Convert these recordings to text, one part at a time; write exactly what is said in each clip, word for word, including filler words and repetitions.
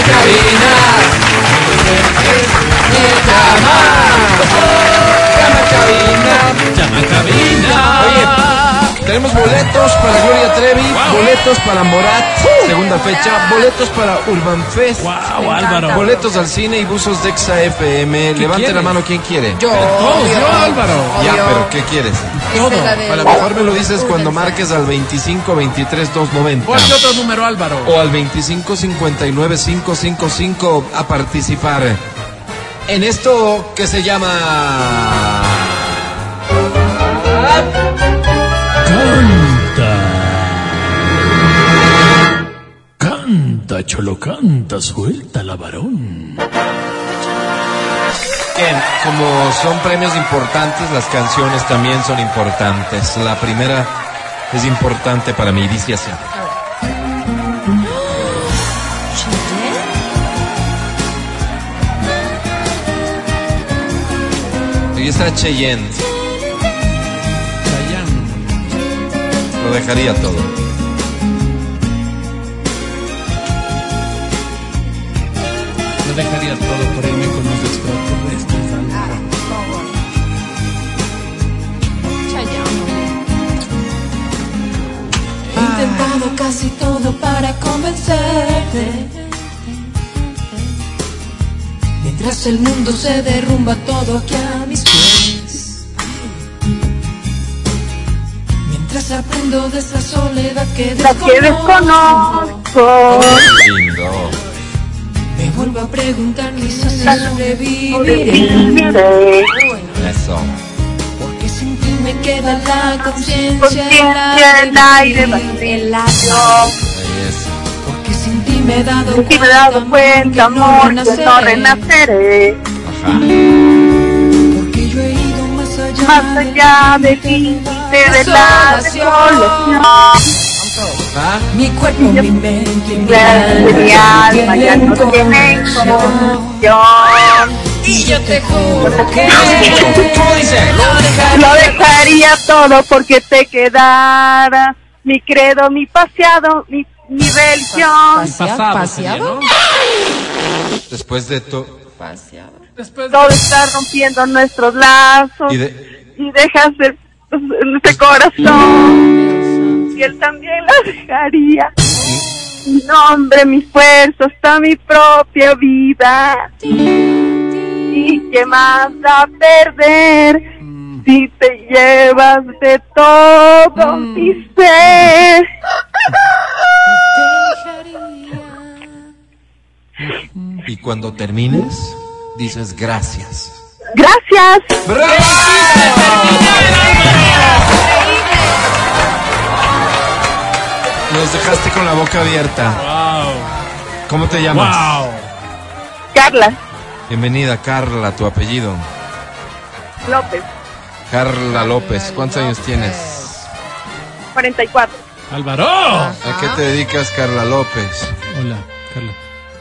cabina. Llama. Llama cabina. Llama cabina. Oye, tenemos boletos para Gloria Trevi, wow. boletos para Morat, uh. segunda fecha, boletos para Urban Fest, wow, Álvaro. boletos al cine y buzos de Exa F M. Levante quieres? la mano, ¿quién quiere? Yo, todos, yo, Álvaro. Ya, pero ¿qué quieres? Todo. A lo mejor me lo dices cuando marques al veinticinco veintitrés doscientos noventa. ¿Cuál es otro número, Álvaro? O al veinticinco cincuenta y nueve quinientos cincuenta y cinco a participar en esto que se llama... Canta. Canta, cholo, canta, suelta la varón. Bien, como son premios importantes, las canciones también son importantes. La primera es importante para mí, dice así. Ahí está Cheyenne. Lo dejaría todo. Lo dejaría todo por irme con los extraterrestres. He intentado casi todo para convencerte. Mientras el mundo se derrumba todo aquí a mis pies. Mientras aprendo de esa soledad que desconozco, que desconozco. Lindo. Me vuelvo a preguntar quizás si sobreviviré. Eso. Porque sin ti me queda la conciencia, el aire vacío. Porque sin ti me he dado sin ti me he dado cuenta, amor, que no renaceré. Ajá. Porque yo he ido más allá, más allá de ti, de la desolación. ¿Ah? Mi cuerpo, mi mente, mi alma ya no tienen confusión. Y yo te juro que ¿Cómo dice? Lo dejaría, lo dejaría todo porque te quedara mi credo, mi paseado, mi, mi religión. Pasado, ¿Paseado? ¿no? Después de todo. Paseado. Después de... Todo está rompiendo nuestros lazos Y, de... y dejas de, este corazón. Y él también la dejaría. Mi nombre, mi fuerza, hasta mi propia vida. ¿Y qué más da perder si te llevas de todo mm. mi ser? Y cuando termines, dices gracias. Gracias. ¡Bravo! Nos dejaste con la boca abierta. Wow. ¿Cómo te llamas? Wow. Carla. Bienvenida, Carla, tu apellido. López. Carla López. ¿Cuántos años tienes? cuarenta y cuatro. Álvaro. ¿A qué te dedicas, Carla López? Hola, Carla.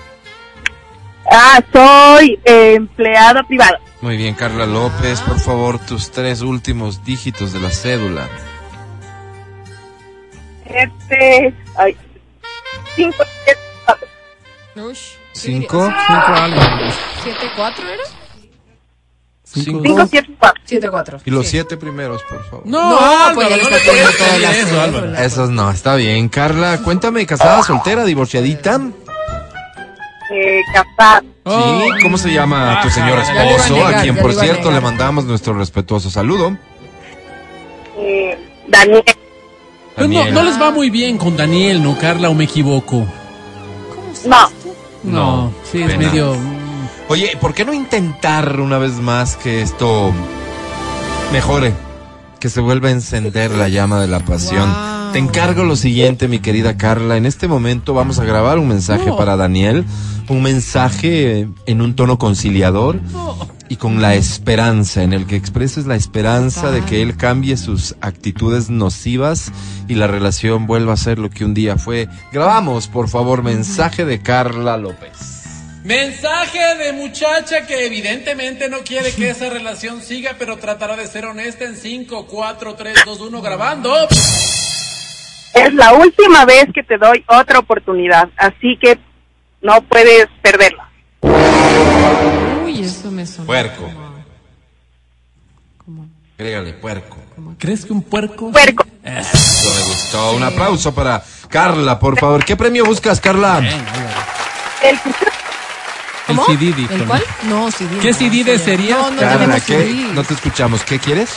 Ah, soy eh, empleado privado. Muy bien, Carla López, por favor, tus tres últimos dígitos de la cédula. Este, ay, cinco, siete, cuatro. ¿Cinco? Cinco algo. ¿Siete, cuatro era? Cinco. Cinco, siete, cuatro. Siete, cuatro. Y los sí. siete primeros, por favor. No, No, Álvaro, pues ya le no está le poniendo puedes todas decir las eso, cédulas. Álvaro. Esos no, está bien. Carla, cuéntame, ¿casada, soltera, divorciadita? Eh, casado. Oh. Sí, ¿cómo se llama tu señor Ya le iba a esposo? negar, A quien, ya por le iba a cierto, negar. le mandamos nuestro respetuoso saludo. Eh, Daniel. Pues no, Daniel. no les va muy bien con Daniel, ¿no, Carla? ¿O me equivoco? No. No, sí, es pena. medio... Oye, ¿por qué no intentar una vez más que esto mejore? Que se vuelva a encender la llama de la pasión. Wow. Te encargo lo siguiente, mi querida Carla. En este momento vamos a grabar un mensaje No. para Daniel. Un mensaje en un tono conciliador y con la esperanza, en el que expreses la esperanza de que él cambie sus actitudes nocivas y la relación vuelva a ser lo que un día fue. Grabamos, por favor, mensaje de Carla López. Mensaje de muchacha que evidentemente no quiere que esa relación siga, pero tratará de ser honesta en cinco, cuatro, tres, dos, uno, grabando. Es la última vez que te doy otra oportunidad, así que no puedes perderlo. Uy, eso me suena. Puerco. como- como- Agrégale, puerco. ¿Crees que un puerco? Puerco. Eso. Eso me gustó. Un aplauso para Carla, por favor. ¿Qué premio buscas, Carla? El El ¿Cómo? C D, dijo, ¿El ¿no? cuál? No, C D. ¿Qué no, C D de sería? sería? No, no Carla, tenemos ¿qué? C D. No te escuchamos. ¿Qué quieres?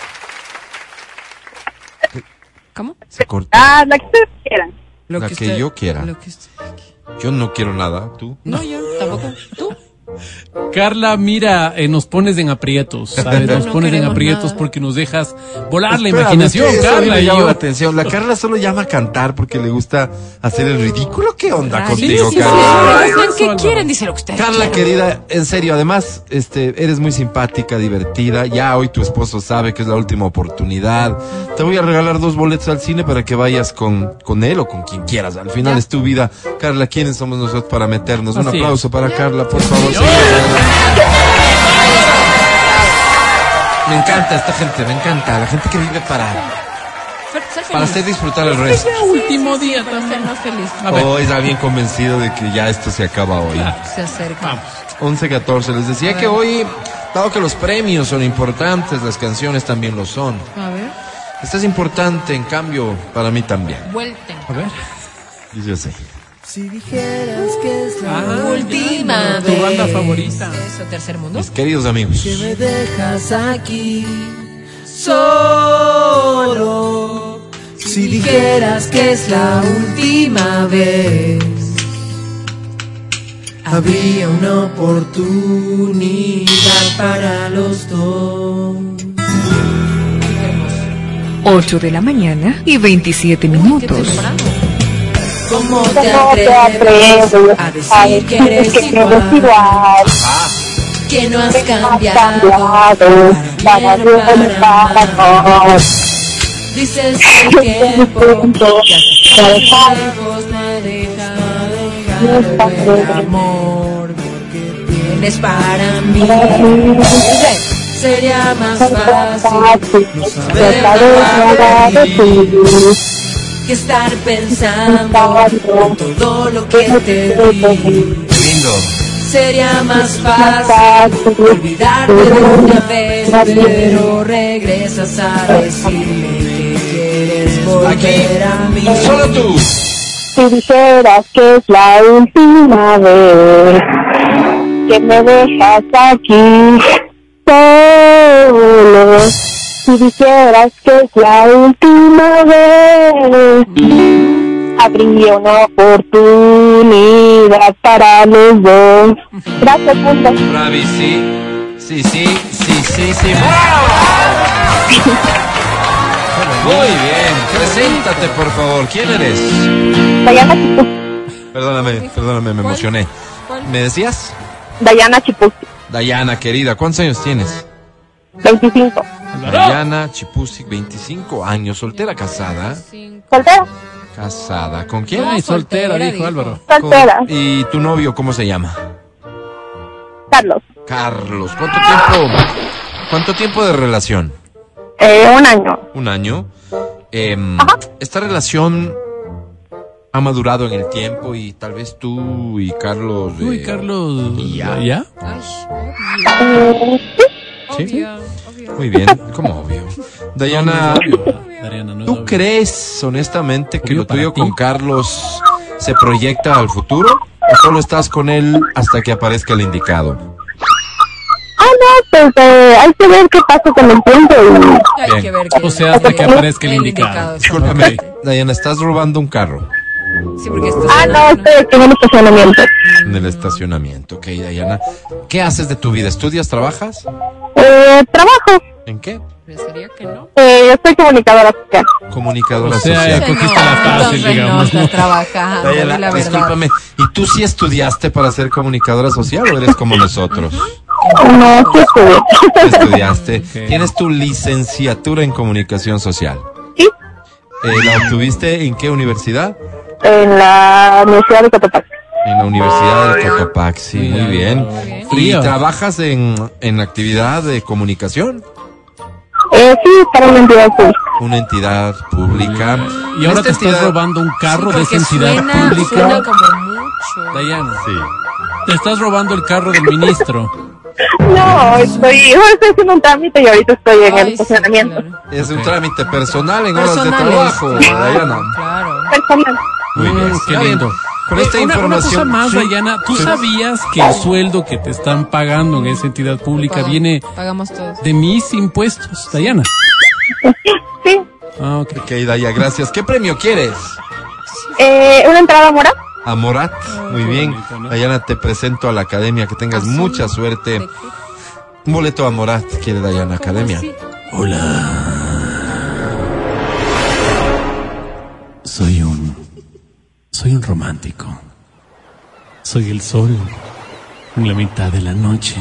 ¿Cómo? Se corta. Ah, la que ustedes quieran. Lo La que usted- yo quiera. Lo que usted... Yo no quiero nada. ¿Tú? No, yo tampoco. ¿Tú? Carla, mira, eh, nos pones en aprietos, ¿sabes? No, Nos no pones en queremos aprietos nada. porque nos dejas volar la Espérame, imaginación, es que eso a mí Carla. me y llama yo- la atención. La Carla solo llama a cantar porque le gusta hacer el ridículo. ¿Qué onda Ay, contigo, sí, sí, sí. Carla? Ay, Pregunten eso, ¿Qué Álvaro. quieren? Dice lo que ustedes Carla, quieran. querida, en serio, además, este, eres muy simpática, divertida. Ya hoy tu esposo sabe que es la última oportunidad. Te voy a regalar dos boletos al cine para que vayas con, con él o con quien quieras. Al final Ya. es tu vida. Carla, ¿quiénes somos nosotros para meternos? Un Así es. aplauso para Carla, por favor. Me encanta esta gente, me encanta. La gente que vive para, Ser- ser para feliz. hacer disfrutar el resto. último día Para ser también. más feliz. A ver. Hoy está bien convencido de que ya esto se acaba hoy. Se acerca. Vamos. once catorce. Les decía que hoy, dado que los premios son importantes, las canciones también lo son. A ver. Esta es importante, en cambio, para mí también. Vuelten. A ver. Dice así. Si dijeras que es la Ah, Última ya, tu vez. banda favorita. Eso, tercer mundo. Mis queridos amigos, que me dejas aquí solo, si dijeras que es la última vez, habría una oportunidad para los dos. ocho de la mañana y veintisiete Qué minutos. temprano. ¿Cómo te ¿Cómo te atreves atreves a a decir que eres que eres igual? igual? Que no has Has cambiado cambiado para bien o para mal. Dices que el tiempo que has estado lejos no ha dejado el amor que tienes para mí. Sería más fácil no saber nada de ti que estar pensando en todo lo que te di. qué lindo. Sería más fácil olvidarte de una vez, pero regresas a decirme que quieres volver a mí. Solo tú. Si dijeras que es la última vez que me dejas aquí solo, si dijeras que es la última vez, habría una oportunidad para los dos. Gracias, mundo. Bravi, sí. Sí, sí, sí, sí, sí. ¡Bravo! Muy bien. Preséntate, por favor. ¿Quién eres? Dayana Chipus. Perdóname, perdóname, me emocioné. ¿Me decías? Dayana Chipus, Dayana, querida, ¿cuántos años tienes? veinticinco. Dayana Chipusic, veinticinco años, soltera, casada. ¿Soltera? Casada. ¿Con quién? Ay, soltera, soltera, dijo dijo. Álvaro. Con- Soltera. ¿Y tu novio cómo se llama? Carlos. Carlos. ¿Cuánto tiempo? ¿Cuánto tiempo de relación? Eh, un año. Un año. Em, esta relación ha madurado en el tiempo y tal vez tú y Carlos. eh, Uy, Carlos. ya. ¿Ya? Ay, Eh, sí. ¿Sí? obvio, obvio. Muy bien, como obvio. Dayana, Dariana, no es ¿tú obvio. crees honestamente que Obvio lo tuyo para ti. con Carlos se proyecta al futuro? ¿O solo estás con él hasta que aparezca el indicado? Ah, no, pues eh, hay que ver qué pasa con el tiempo. Y... Hay Bien. que ver que... O sea, hasta que aparezca el El indicado. indicado, Discúlpame, Ok. Dayana, estás robando un carro Sí, porque esto Ah, no, estoy aquí en el estacionamiento. en el estacionamiento. Ok, Dayana. ¿Qué haces de tu vida? ¿Estudias? ¿Trabajas? Eh, trabajo. ¿En qué? Parecería que no. Eh, yo soy comunicadora social. Comunicadora O sea, social. ya cogiste la fácil, entonces digamos, no, ¿no? está trabajando, Dayana, di la verdad. discúlpame. ¿Y tú sí estudiaste para ser comunicadora social o eres como nosotros? No, sí estudio. Estudiaste. Ok. Tienes tu licenciatura en comunicación social. Sí, Eh, ¿La obtuviste en qué universidad? en la Universidad de Cotopaxi. En la Universidad del Cotopaxi. Muy bien. bien. ¿Y Frío. trabajas en, en actividad de comunicación? Eh, sí, para una entidad pública. Una entidad pública. Y ahora Esta te estás entidad- robando un carro Sí, de esa porque entidad suena, pública. suena como Dayana, Sí. te estás robando el carro del ministro. No, estoy, estoy haciendo un trámite y ahorita estoy en el Ay, sí, estacionamiento. claro. Es un Ok. trámite personal en horas de Personales. trabajo, Dayana. Claro. Personal. Muy bien. Mm, qué Está bien. lindo. Con Eh, esta una, información. Una cosa más, Sí. Dayana, ¿tú Sí. sabías que el sueldo que te están pagando en esa entidad pública Pagamos- viene Pagamos todos. de mis impuestos, Dayana? Sí. Ah, ok. Ok, Daya, gracias. ¿Qué premio quieres? Eh, ¿Una entrada mora? A Morat. Muy qué bien. bonito, ¿no? Dayana, te presento a la academia. Que tengas Azul. mucha suerte. Un boleto a Morat quiere Dayana Academia. Hola. Soy un... Soy un romántico. Soy el sol en la mitad de la noche.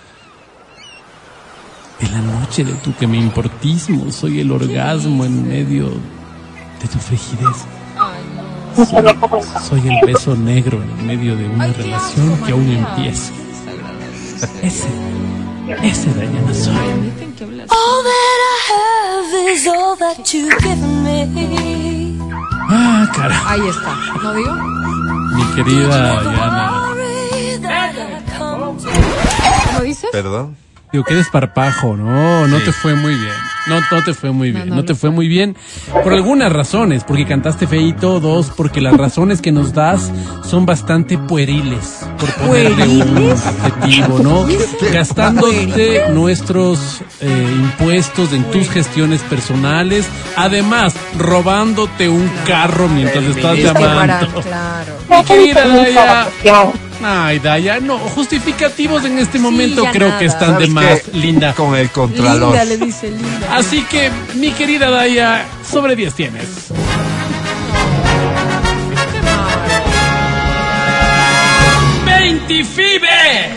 De la noche de tu que me importismo. Soy el orgasmo en medio de tu frigidez. No sabía cómo está. Soy el beso negro en medio de una Ay, qué relación asco, que aún María. empieza. Ese, ese Dayana soy. Permiten que hablas. All that I have is all that you've given me. Ah, cara. Ahí está. ¿No digo? Mi querida Dayana. Worry that I come to ¿Cómo dices? Perdón. Digo, qué desparpajo, no, no Sí. te fue muy bien. No, no te fue muy No, bien. no, No, no te fue fue. muy bien por algunas razones. Porque cantaste feíto. Dos, porque las razones que nos das son bastante pueriles. Por ponerle un adjetivo, ¿no? Gastándote nuestros eh, impuestos en tus gestiones personales. Además, robándote un carro mientras estás Es que para, llamando. claro. Mi querida Daya. No. Ay, Daya, no, justificativos en este momento ya creo nada. que están de ¿Sabes más, qué? linda. Con el contralor. Linda, le dice linda. Así que, mi querida Daya, sobre diez tienes. ¡veinte FIBE!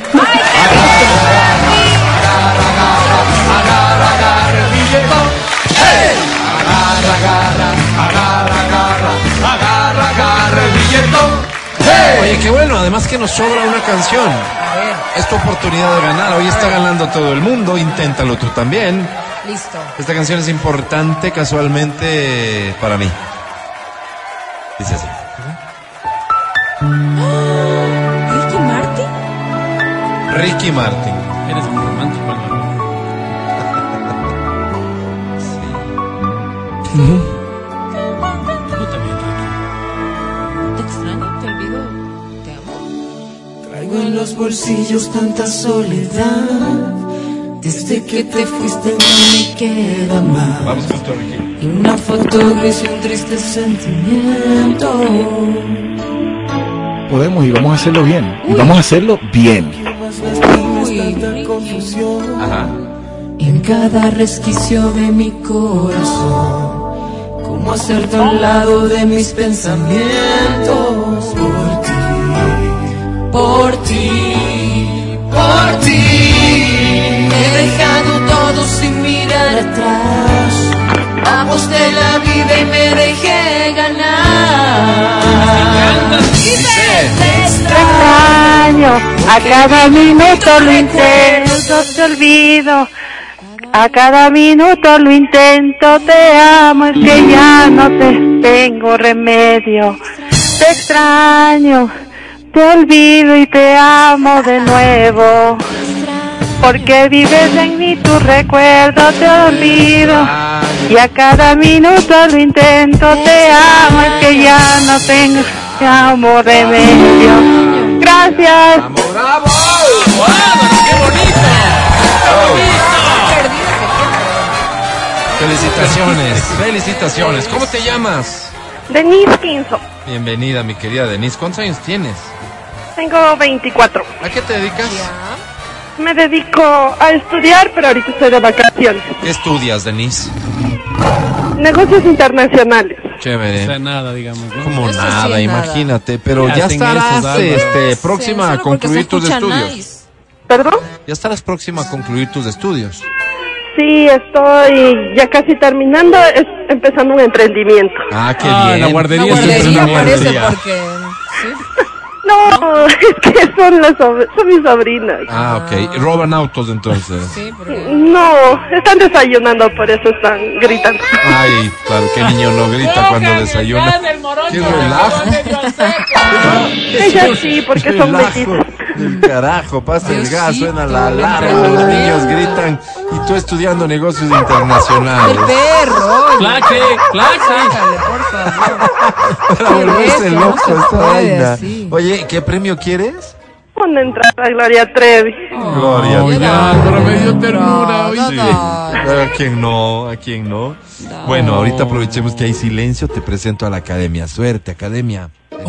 Oye, qué bueno, además que nos sobra una canción. Es tu oportunidad de ganar. Hoy está ganando todo el mundo. Inténtalo tú también. Listo. Esta canción es importante casualmente para mí. Dice así. ¿Ricky Martin? Ricky Martin. Eres un romántico, Álvaro. Tú también, Ricky. Te extraño, te olvido. Te amo. Traigo en los bolsillos tanta soledad. Desde que te fuiste no me queda más. Vamos justo, Ricky. Y una foto gris y un triste sentimiento. Podemos y vamos a hacerlo bien. Y vamos a hacerlo bien. Más lastimes tanta confusión. Ajá. En cada resquicio de mi corazón. Cómo hacerte a un lado de mis pensamientos. Por ti, por ti, por ti. He dejado todo sin mirar atrás. Aposté la vida y me dejé ganar. Y te Extraño, a cada minuto lo intento, te olvido. A cada minuto lo intento, te amo, es que ya no te tengo remedio. Te extraño, te olvido y te amo de nuevo. Porque vives en mí, tu recuerdo te olvido. Y a cada minuto lo intento, te amo, es que ya no tengo, te amo remedio. Gracias. ¡Vamos, bravo! ¡Qué bonito! Felicitaciones, felicitaciones. ¿Cómo te llamas? Denise Kinso, Bienvenida, mi querida Denise. ¿Cuántos años tienes? tengo veinticuatro. ¿A qué te dedicas? Me dedico a estudiar, pero ahorita estoy de vacaciones. ¿Qué estudias, Denise? Negocios internacionales. O sea, Chévere. nada, digamos, ¿no? Como Eso sí nada, es nada. imagínate. Pero ¿Qué ya hacen estarás esos, Álvaro? este, próxima a Solo porque concluir se tus escucha estudios. nice. ¿Perdón? Ya estarás próxima a concluir tus estudios. Sí, estoy ya casi terminando, es empezando un emprendimiento. Ah, qué Ah, bien. la guardería La siempre es guardería una parece guardería. porque... ¿sí? No, es que son las sobr- son mis sobrinas. Ah, ok. ¿Roban autos entonces? Sí, porque... No, están desayunando, por eso están gritando. Ay, claro, qué niño no grita cuando desayuna. ¡Qué relajo! Ellas sí, porque son Relajo mellizas. del carajo, pasa el gas, Diosito, suena la la alarma, los perra. niños gritan y tú estudiando negocios El internacionales. perro. oye. ¡Claque! ¡Claque! Sácale, por favor. Para Qué volverse bestia, no loco se esta puede vaina. así. Oye, ¿qué premio quieres? Una entrada a Gloria Trevi. Gloria. Oh, ya, pero me dio ternura, No, ¿oíste? no, no. ¿A quién no? ¿A quién no? Bueno, ahorita aprovechemos que hay silencio, te presento a la academia. Suerte, academia.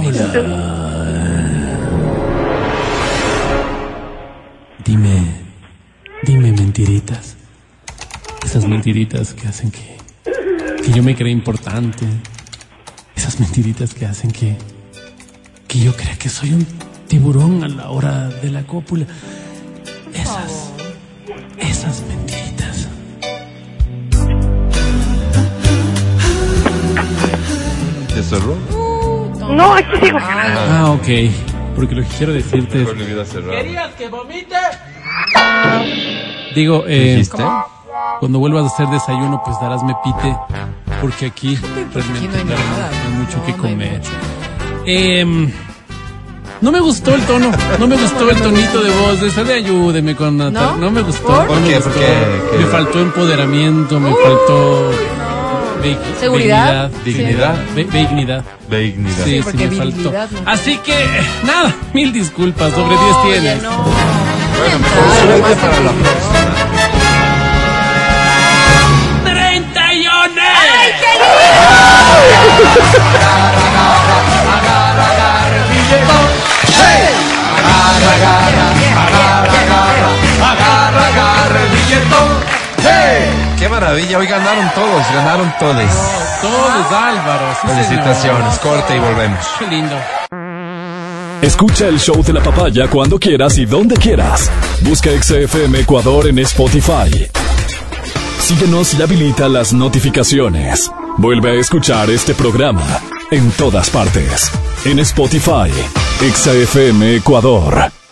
Dime, dime mentiritas. Esas mentiritas que hacen que, que yo me crea importante. Esas mentiritas que hacen que, que yo crea que soy un tiburón a la hora de la cópula. Esas, esas mentiritas. ¿Te cerró? No, aquí sigo. Ah, ok. Porque lo que quiero decirte es... Mejor le hubiera cerrado. que vomite? Digo, eh, ¿Dijiste? cuando vuelvas a hacer desayuno, pues darás mepite, porque aquí realmente no hay claro, nada. no hay mucho No, que no hay comer. mucho. Em, no me gustó el tono, no me gustó el tonito de voz. De esa de ayúdeme con Natal. ¿No? No me gustó. ¿Por? no me qué? gustó. ¿Por qué? ¿Qué? Me faltó empoderamiento, me faltó ve- ¿Seguridad? Dignidad. ve- dignidad. Dignidad. Sí, sí, porque me faltó. virilidad no. Así que, nada, mil disculpas. Sobre diez Oye, tienes. no. Bueno, mejor Claro, suerte más para la seguro. próxima. ¡treinta y uno! ¡Qué maravilla! Hoy ganaron todos, ganaron todos. Todos, Álvaro. Sí, Felicitaciones, señor. corte y volvemos. Qué lindo. Escucha el show de la papaya cuando quieras y donde quieras. Busca X F M Ecuador en Spotify. Síguenos y habilita las notificaciones. Vuelve a escuchar este programa en todas partes. En Spotify, X F M Ecuador.